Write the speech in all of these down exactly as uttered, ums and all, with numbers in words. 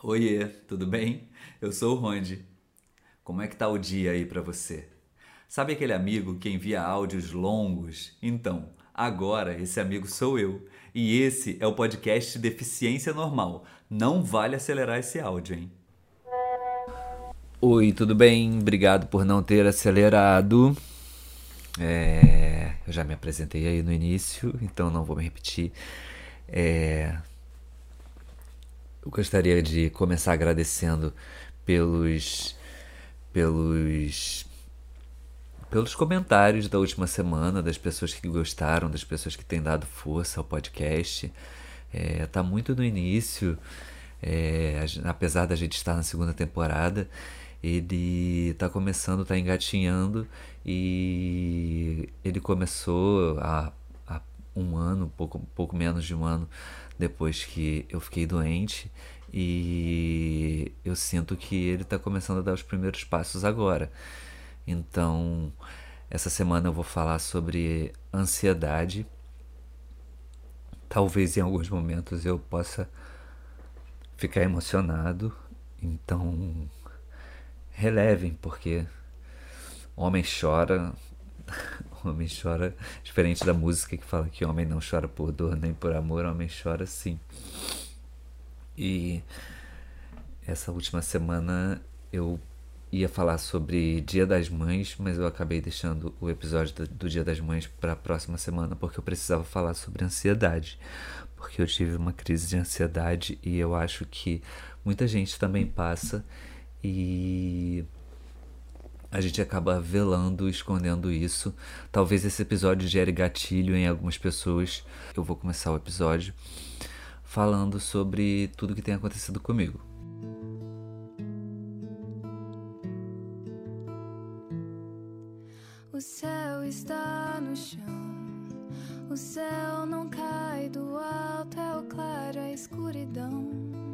Oiê, tudo bem? Eu sou o Ronde. Como é que tá o dia aí pra você? Sabe aquele amigo que envia áudios longos? Então, agora esse amigo sou eu. E esse é o podcast Deficiência Normal. Não vale acelerar esse áudio, hein? Oi, tudo bem? Obrigado por não ter acelerado. É, Eu já me apresentei aí no início, então não vou me repetir. É, Eu gostaria de começar agradecendo pelos pelos pelos comentários da última semana, das pessoas que gostaram, das pessoas que têm dado força ao podcast. É, tá muito no início, é, apesar da gente estar na segunda temporada, ele tá começando, tá engatinhando e ele começou há, há um ano, pouco, pouco menos de um ano depois que eu fiquei doente e eu sinto que ele está começando a dar os primeiros passos agora. Então, essa semana eu vou falar sobre ansiedade. Talvez em alguns momentos eu possa ficar emocionado. Então, relevem, porque homem chora, homem chora, diferente da música que fala que homem não chora por dor nem por amor, homem chora sim. E essa última semana eu ia falar sobre Dia das Mães, mas eu acabei deixando o episódio do Dia das Mães para a próxima semana porque eu precisava falar sobre ansiedade. Porque eu tive uma crise de ansiedade e eu acho que muita gente também passa e a gente acaba velando, escondendo isso. Talvez esse episódio gere gatilho em algumas pessoas. Eu vou começar o episódio falando sobre tudo que tem acontecido comigo. O céu está no chão, o céu não cai do alto, é o claro, a escuridão.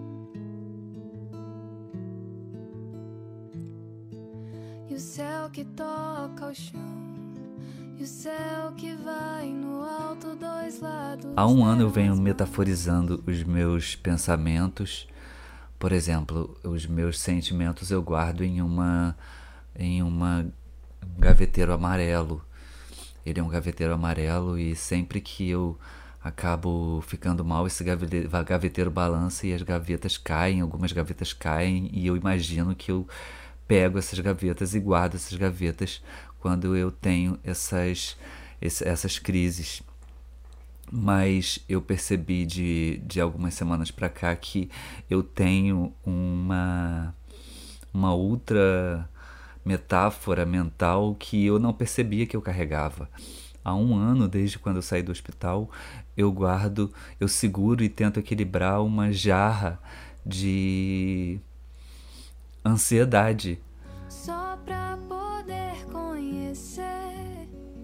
E o céu que toca o chão, e o céu que vai no alto, dois lados. Há um ano eu venho metaforizando os meus pensamentos. Por exemplo, os meus sentimentos eu guardo em uma em uma um gaveteiro amarelo. Ele é um gaveteiro amarelo e sempre que eu acabo ficando mal, esse gaveteiro balança e as gavetas caem, algumas gavetas caem e eu imagino que eu pego essas gavetas e guardo essas gavetas quando eu tenho essas, essas crises. Mas eu percebi de, de algumas semanas pra cá que eu tenho uma, uma outra metáfora mental que eu não percebia que eu carregava. Há um ano, desde quando eu saí do hospital, eu guardo, eu seguro e tento equilibrar uma jarra de ansiedade. Só pra poder conhecer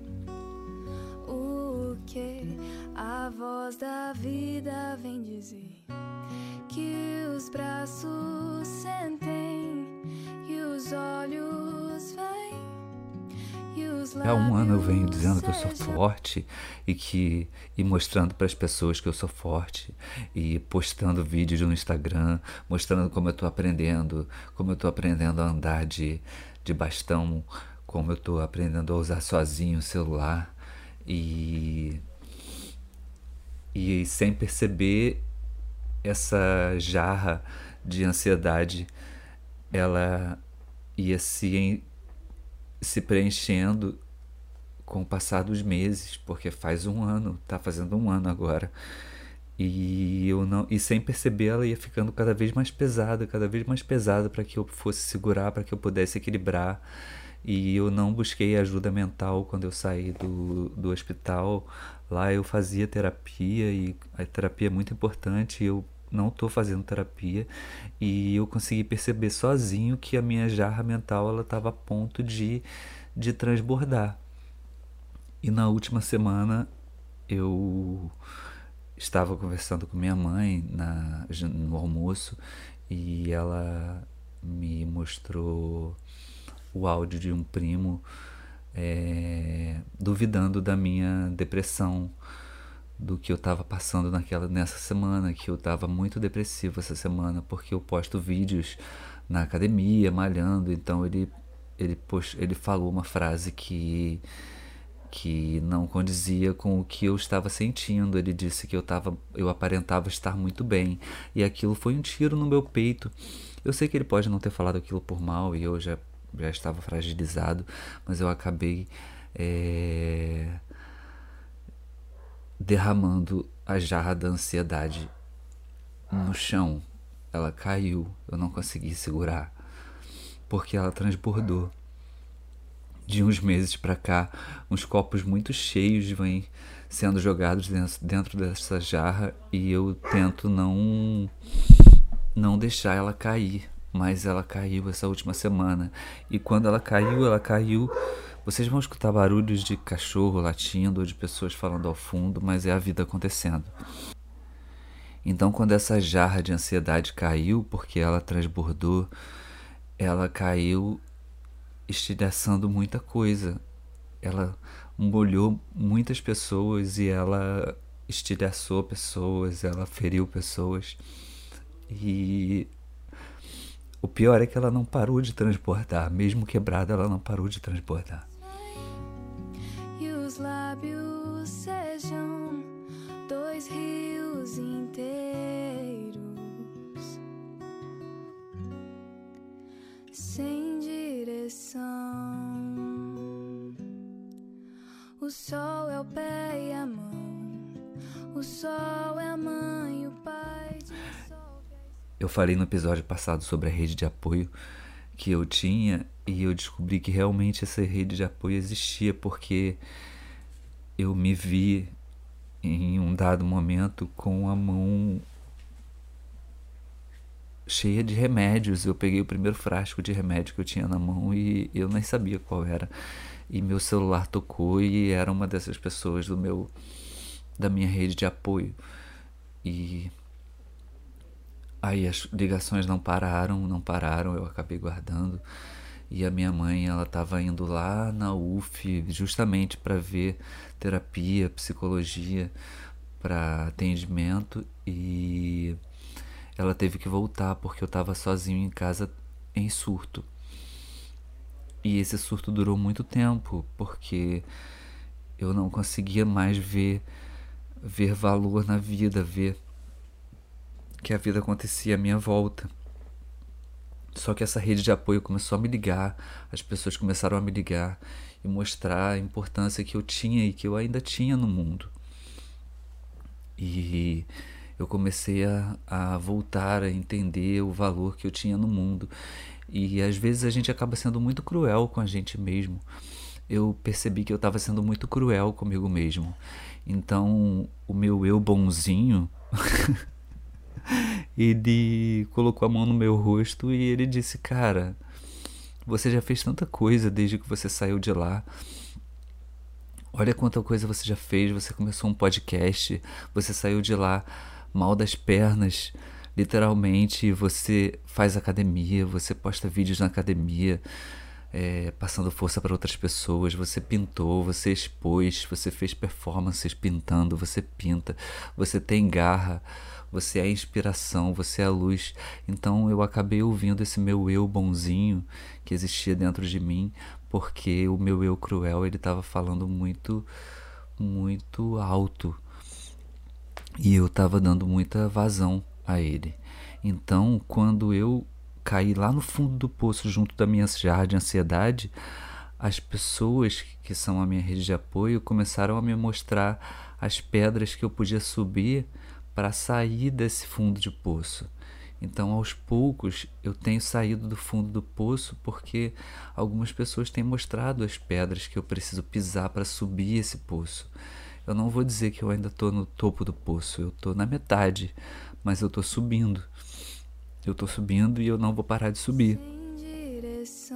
o que a voz da vida vem dizer, que os braços sentem e os olhos veem e os lábios. Há um ano eu venho dizendo que eu sou forte e que e mostrando para as pessoas que eu sou forte e postando vídeos no Instagram, mostrando como eu estou aprendendo, como eu estou aprendendo a andar de, de bastão, como eu estou aprendendo a usar sozinho o celular e, e sem perceber essa jarra de ansiedade, ela ia se, se preenchendo com o passar dos meses, porque faz um ano, tá fazendo um ano agora. E eu não, e sem perceber ela ia ficando cada vez mais pesada, cada vez mais pesada para que eu fosse segurar, para que eu pudesse equilibrar. E eu não busquei ajuda mental quando eu saí do, do hospital. Lá eu fazia terapia e a terapia é muito importante. Eu não estou fazendo terapia e eu consegui perceber sozinho que a minha jarra mental ela estava a ponto de, de transbordar. E na última semana eu estava conversando com minha mãe na, no almoço e ela me mostrou o áudio de um primo é, duvidando da minha depressão, do que eu estava passando naquela, nessa semana, que eu estava muito depressivo essa semana, porque eu posto vídeos na academia, malhando, então ele, ele, post, ele falou uma frase que, que não condizia com o que eu estava sentindo. Ele disse que eu, tava, eu aparentava estar muito bem, e aquilo foi um tiro no meu peito. Eu sei que ele pode não ter falado aquilo por mal, e eu já, já estava fragilizado, mas eu acabei é, derramando a jarra da ansiedade no chão. Ela caiu, eu não consegui segurar, porque ela transbordou. De uns meses pra cá, uns copos muito cheios vêm sendo jogados dentro, dentro dessa jarra, e eu tento não não deixar ela cair, mas ela caiu essa última semana. E quando ela caiu, ela caiu. Vocês vão escutar barulhos de cachorro latindo ou de pessoas falando ao fundo, mas é a vida acontecendo. Então, quando essa jarra de ansiedade caiu, porque ela transbordou, ela caiu estilhaçando muita coisa. Ela molhou muitas pessoas e ela estilhaçou pessoas, ela feriu pessoas. E o pior é que ela não parou de transbordar. Mesmo quebrada, ela não parou de transbordar. E os lábios sejam dois rios inteiros, sem direção. O sol é o pé e a mão, o sol é a mãe e o pai dissolve. Eu falei no episódio passado sobre a rede de apoio que eu tinha, e eu descobri que realmente essa rede de apoio existia, porque eu me vi em um dado momento com a mão cheia de remédios. Eu peguei o primeiro frasco de remédio que eu tinha na mão e eu nem sabia qual era. E meu celular tocou e era uma dessas pessoas do meu, da minha rede de apoio. E aí as ligações não pararam, não pararam, eu acabei guardando. E a minha mãe, ela estava indo lá na U F justamente para ver terapia, psicologia, para atendimento, e ela teve que voltar porque eu estava sozinho em casa em surto. E esse surto durou muito tempo, porque eu não conseguia mais ver, ver valor na vida, ver que a vida acontecia à minha volta. Só que essa rede de apoio começou a me ligar, as pessoas começaram a me ligar e mostrar a importância que eu tinha e que eu ainda tinha no mundo. E eu comecei a, a voltar a entender o valor que eu tinha no mundo. E às vezes a gente acaba sendo muito cruel com a gente mesmo. Eu percebi que eu estava sendo muito cruel comigo mesmo. Então o meu eu bonzinho ele colocou a mão no meu rosto e ele disse: cara, você já fez tanta coisa desde que você saiu de lá. Olha quanta coisa você já fez. Você começou um podcast, você saiu de lá mal das pernas, literalmente. Você faz academia, você posta vídeos na academia, é, passando força para outras pessoas. Você pintou, você expôs, você fez performances pintando, você pinta, você tem garra, você é a inspiração, você é a luz. Então eu acabei ouvindo esse meu eu bonzinho que existia dentro de mim, porque o meu eu cruel, ele estava falando muito, muito alto, e eu estava dando muita vazão a ele. Então, quando eu caí lá no fundo do poço junto da minha jarra de ansiedade, as pessoas que são a minha rede de apoio começaram a me mostrar as pedras que eu podia subir para sair desse fundo de poço. Então, aos poucos, eu tenho saído do fundo do poço, porque algumas pessoas têm mostrado as pedras que eu preciso pisar para subir esse poço. Eu não vou dizer que eu ainda estou no topo do poço, eu estou na metade, mas eu estou subindo. Eu estou subindo e eu não vou parar de subir. Sem direção.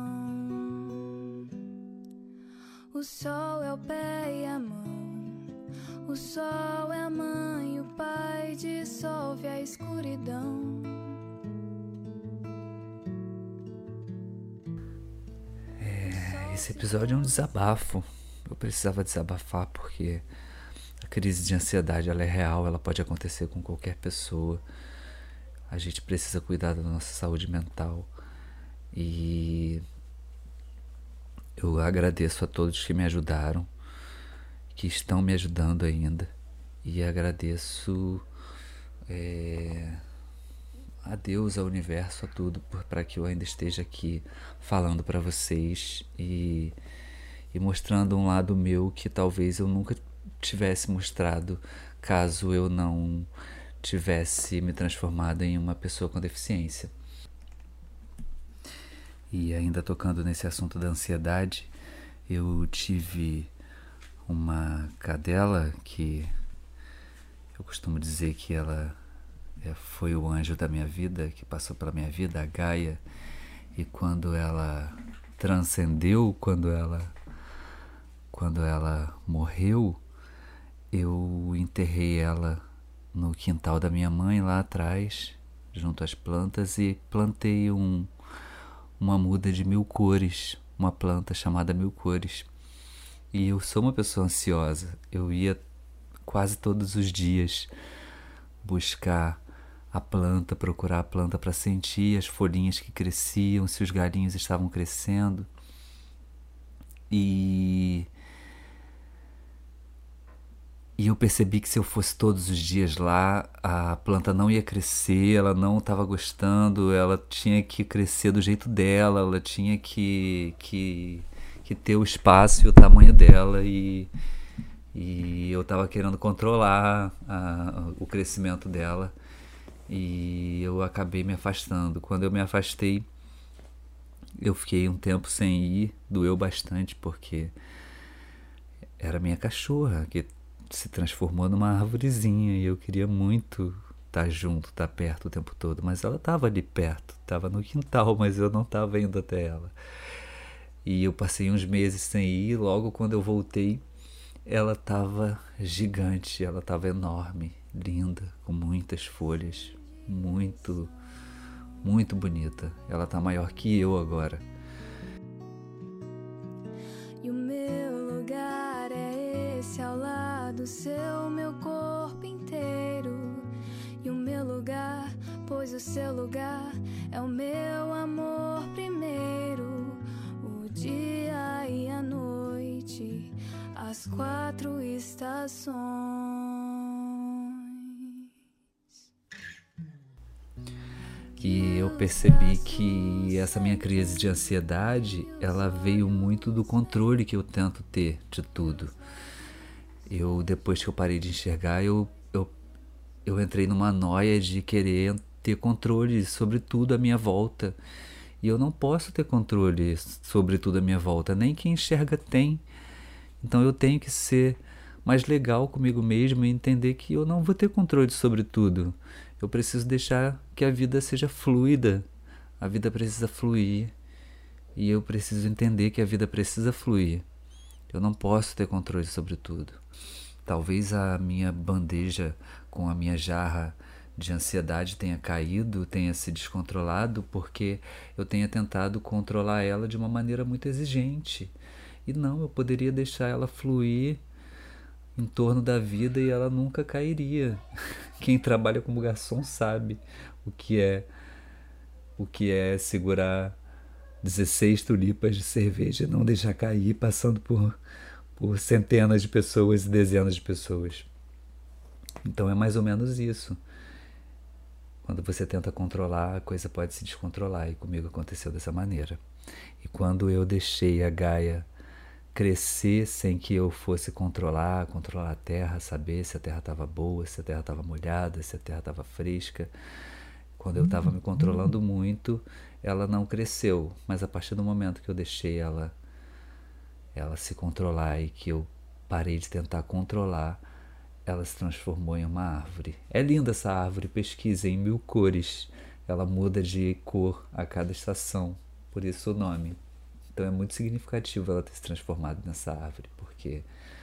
O sol é o pé e a mão, o sol é a mãe e o pai dissolve a escuridão. É, esse episódio é um desabafo. Eu precisava desabafar porque crise de ansiedade, ela é real, ela pode acontecer com qualquer pessoa. A gente precisa cuidar da nossa saúde mental. E eu agradeço a todos que me ajudaram, que estão me ajudando ainda. E agradeço é, a Deus, ao universo, a tudo, para que eu ainda esteja aqui falando para vocês e, e mostrando um lado meu que talvez eu nunca tivesse mostrado caso eu não tivesse me transformado em uma pessoa com deficiência. E ainda tocando nesse assunto da ansiedade, eu tive uma cadela que eu costumo dizer que ela foi o anjo da minha vida, que passou pela minha vida, a Gaia. E quando ela transcendeu, quando ela, quando ela morreu, eu enterrei ela no quintal da minha mãe, lá atrás, junto às plantas, e plantei um, uma muda de mil cores, uma planta chamada mil cores. E eu sou uma pessoa ansiosa. Eu ia quase todos os dias buscar a planta, procurar a planta para sentir as folhinhas que cresciam, se os galinhos estavam crescendo. E E eu percebi que se eu fosse todos os dias lá, a planta não ia crescer, ela não estava gostando, ela tinha que crescer do jeito dela, ela tinha que, que, que ter o espaço e o tamanho dela, e, e eu estava querendo controlar a, o crescimento dela, e eu acabei me afastando. Quando eu me afastei, eu fiquei um tempo sem ir, doeu bastante, porque era minha cachorra que se transformou numa arvorezinha e eu queria muito estar junto, estar perto o tempo todo, mas ela estava ali perto, estava no quintal, mas eu não estava indo até ela. E eu passei uns meses sem ir, logo quando eu voltei, ela estava gigante, ela estava enorme, linda, com muitas folhas, muito, muito bonita. Ela está maior que eu agora. E o meu lugar é esse ao lado seu, meu corpo inteiro. E o meu lugar, pois o seu lugar é o meu amor primeiro. O dia e a noite, as quatro estações. Que eu percebi que essa minha crise de ansiedade, ela veio muito do controle que eu tento ter de tudo. Eu, depois que eu parei de enxergar, eu, eu, eu entrei numa noia de querer ter controle sobre tudo à minha volta. E eu não posso ter controle sobre tudo à minha volta, nem quem enxerga tem. Então eu tenho que ser mais legal comigo mesmo e entender que eu não vou ter controle sobre tudo. Eu preciso deixar que a vida seja fluida. A vida precisa fluir. E eu preciso entender que a vida precisa fluir. Eu não posso ter controle sobre tudo. Talvez a minha bandeja com a minha jarra de ansiedade tenha caído, tenha se descontrolado, porque eu tenha tentado controlar ela de uma maneira muito exigente. E não, eu poderia deixar ela fluir em torno da vida e ela nunca cairia. Quem trabalha como garçom sabe o que é o que é segurar dezesseis tulipas de cerveja e não deixar cair, passando por, por centenas de pessoas e dezenas de pessoas. Então é mais ou menos isso. Quando você tenta controlar, a coisa pode se descontrolar, e comigo aconteceu dessa maneira. E quando eu deixei a Gaia crescer sem que eu fosse controlar, controlar a terra, saber se a terra estava boa, se a terra estava molhada, se a terra estava fresca. Quando eu estava me controlando muito, ela não cresceu. Mas a partir do momento que eu deixei ela, ela se controlar e que eu parei de tentar controlar, ela se transformou em uma árvore. É linda essa árvore, pesquisem, em mil cores. Ela muda de cor a cada estação, por isso o nome. Então é muito significativo ela ter se transformado nessa árvore, porque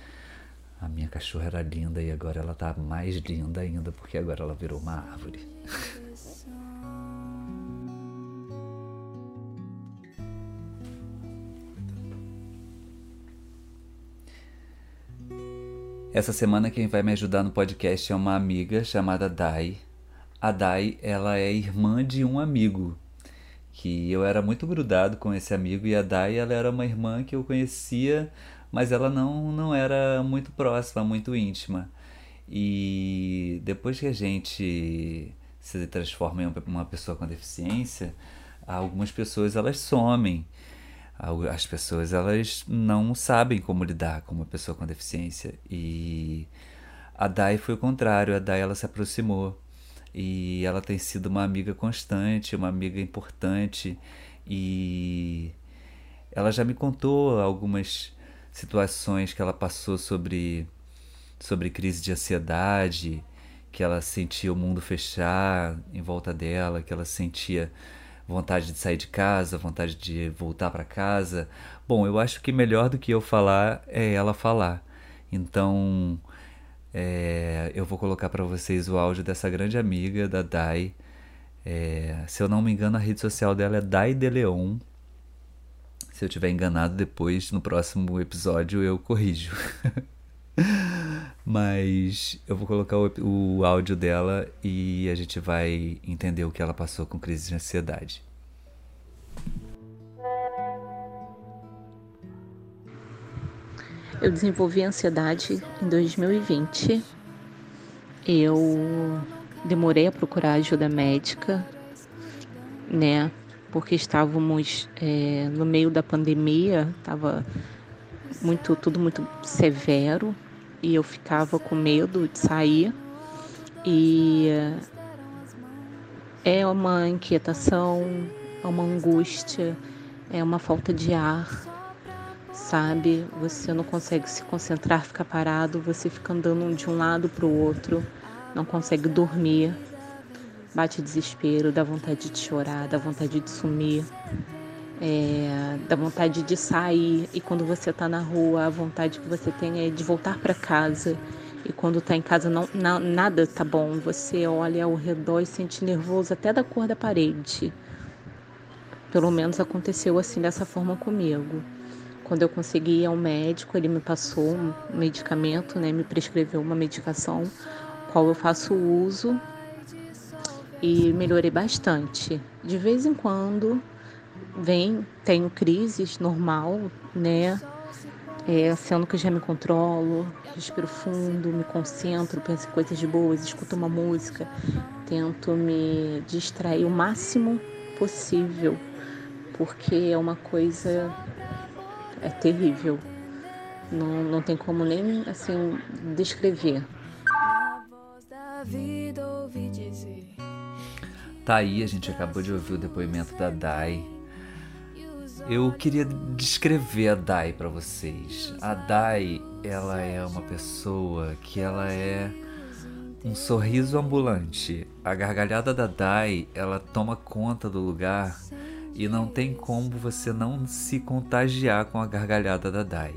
a minha cachorra era linda e agora ela tá mais linda ainda, porque agora ela virou uma árvore. Essa semana quem vai me ajudar no podcast é uma amiga chamada Dai. A Dai, ela é irmã de um amigo, que eu era muito grudado com esse amigo, e a Dai, ela era uma irmã que eu conhecia, mas ela não, não era muito próxima, muito íntima. E depois que a gente se transforma em uma pessoa com deficiência, algumas pessoas elas somem. As pessoas elas não sabem como lidar com uma pessoa com deficiência. E a Dai foi o contrário, a Dai ela se aproximou. E ela tem sido uma amiga constante, uma amiga importante. E ela já me contou algumas situações que ela passou sobre, sobre crise de ansiedade, que ela sentia o mundo fechar em volta dela, que ela sentia vontade de sair de casa, vontade de voltar para casa. Bom, eu acho que melhor do que eu falar é ela falar. Então, é, eu vou colocar para vocês o áudio dessa grande amiga, da Dai. É, se eu não me engano, a rede social dela é Dai de Leon. Se eu tiver enganado, depois, no próximo episódio, eu corrijo. Mas eu vou colocar o, o áudio dela e a gente vai entender o que ela passou com crise de ansiedade. Eu desenvolvi ansiedade em dois mil e vinte. Eu demorei a procurar ajuda médica, né? Porque estávamos é, no meio da pandemia, estava muito, tudo muito severo e eu ficava com medo de sair. E é uma inquietação, é uma angústia, é uma falta de ar. Sabe, você não consegue se concentrar, ficar parado, você fica andando de um lado para o outro, não consegue dormir, bate desespero, dá vontade de chorar, dá vontade de sumir, é, dá vontade de sair, e quando você está na rua, a vontade que você tem é de voltar para casa, e quando está em casa não, na, nada está bom, você olha ao redor e sente nervoso até da cor da parede. Pelo menos aconteceu assim, dessa forma comigo. Quando eu consegui ir ao médico, ele me passou um medicamento, né, me prescreveu uma medicação, qual eu faço uso, e melhorei bastante. De vez em quando, vem, tenho crises, normal, né, é, sendo que eu já me controlo, respiro fundo, me concentro, penso em coisas boas, escuto uma música, tento me distrair o máximo possível, porque é uma coisa... é terrível, não, não tem como nem, assim, descrever. Tá aí, a gente acabou de ouvir o depoimento da Dai. Eu queria descrever a Dai para vocês. A Dai, ela é uma pessoa que ela é um sorriso ambulante. A gargalhada da Dai, ela toma conta do lugar. E não tem como você não se contagiar com a gargalhada da Dai.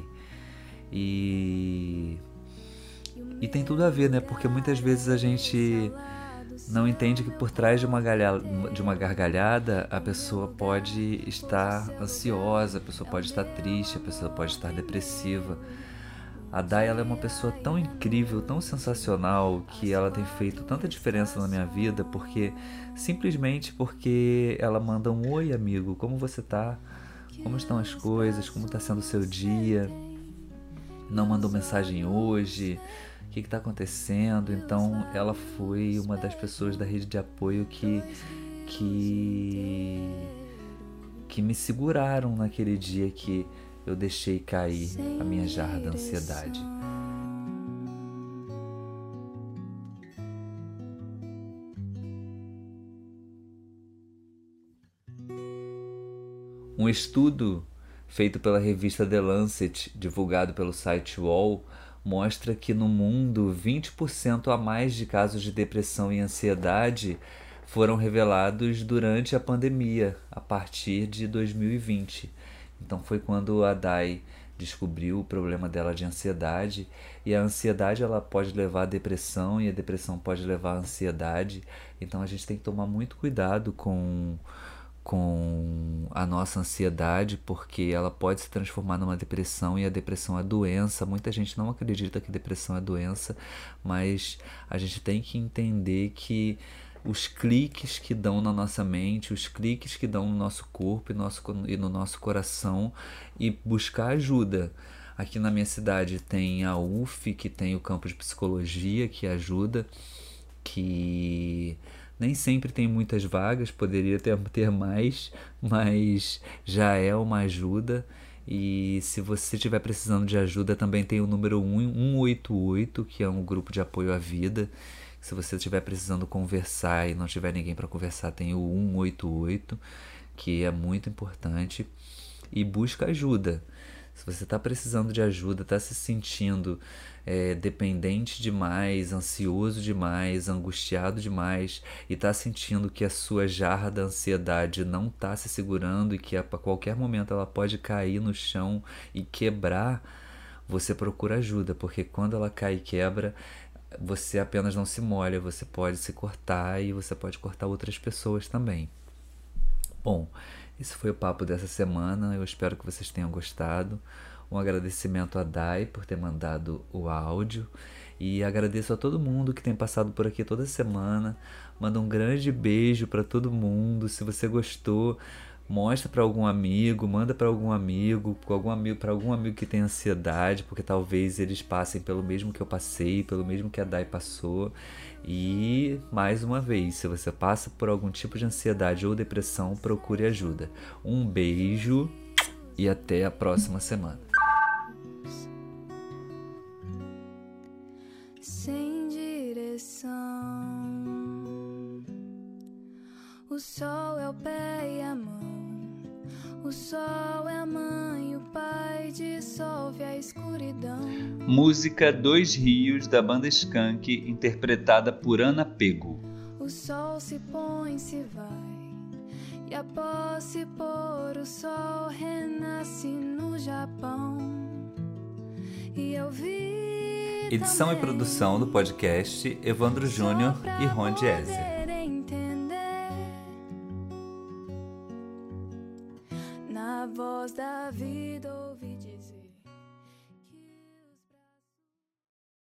E... E tem tudo a ver, né? Porque muitas vezes a gente não entende que por trás de uma, galha... de uma gargalhada a pessoa pode estar ansiosa, a pessoa pode estar triste, a pessoa pode estar depressiva. A Dai, ela é uma pessoa tão incrível, tão sensacional, que ela tem feito tanta diferença na minha vida, porque simplesmente porque ela manda um oi, amigo, como você tá? Como estão as coisas? Como está sendo o seu dia? Não mandou mensagem hoje? O que está acontecendo? Então ela foi uma das pessoas da rede de apoio que, que, que me seguraram naquele dia que eu deixei cair a minha jarra da ansiedade. Um estudo feito pela revista The Lancet, divulgado pelo site U O L, mostra que no mundo vinte por cento a mais de casos de depressão e ansiedade foram revelados durante a pandemia, a partir de dois mil e vinte. Então foi quando a Dai descobriu o problema dela de ansiedade, e a ansiedade ela pode levar à depressão, e a depressão pode levar à ansiedade. Então a gente tem que tomar muito cuidado com, com a nossa ansiedade, porque ela pode se transformar numa depressão, e a depressão é doença. Muita gente não acredita que depressão é doença, mas a gente tem que entender que os cliques que dão na nossa mente, os cliques que dão no nosso corpo e, nosso, e no nosso coração, e buscar ajuda. Aqui na minha cidade tem a U F, que tem o campo de psicologia, que ajuda, que nem sempre tem muitas vagas, poderia ter, ter mais, mas já é uma ajuda. E se você estiver precisando de ajuda, também tem o número um um oito oito, que é um grupo de apoio à vida. Se você estiver precisando conversar e não tiver ninguém para conversar, tem o um oito oito, que é muito importante. E busca ajuda. Se você está precisando de ajuda, está se sentindo é, dependente demais, ansioso demais, angustiado demais, e está sentindo que a sua jarra da ansiedade não está se segurando e que a qualquer momento ela pode cair no chão e quebrar, você procura ajuda, porque quando ela cai e quebra, você apenas não se molha, você pode se cortar e você pode cortar outras pessoas também. Bom, esse foi o papo dessa semana, eu espero que vocês tenham gostado. Um agradecimento a Dai por ter mandado o áudio, e agradeço a todo mundo que tem passado por aqui toda semana. Manda um grande beijo para todo mundo. Se você gostou, mostra para algum amigo, manda para algum amigo, para algum amigo, para algum amigo que tem ansiedade, porque talvez eles passem pelo mesmo que eu passei, pelo mesmo que a Dai passou. E, mais uma vez, se você passa por algum tipo de ansiedade ou depressão, procure ajuda. Um beijo e até a próxima semana. Sem direção, o sol é o pé e a mão, o sol é a mãe, o pai dissolve a escuridão. Música Dois Rios, da banda Skank, interpretada por Ana Pego. O sol se põe, se vai, e após se pôr, o sol renasce no Japão. E eu vi Edição e produção do podcast Evandro Júnior e Ron Diese. Na voz da vida ouvi dizer.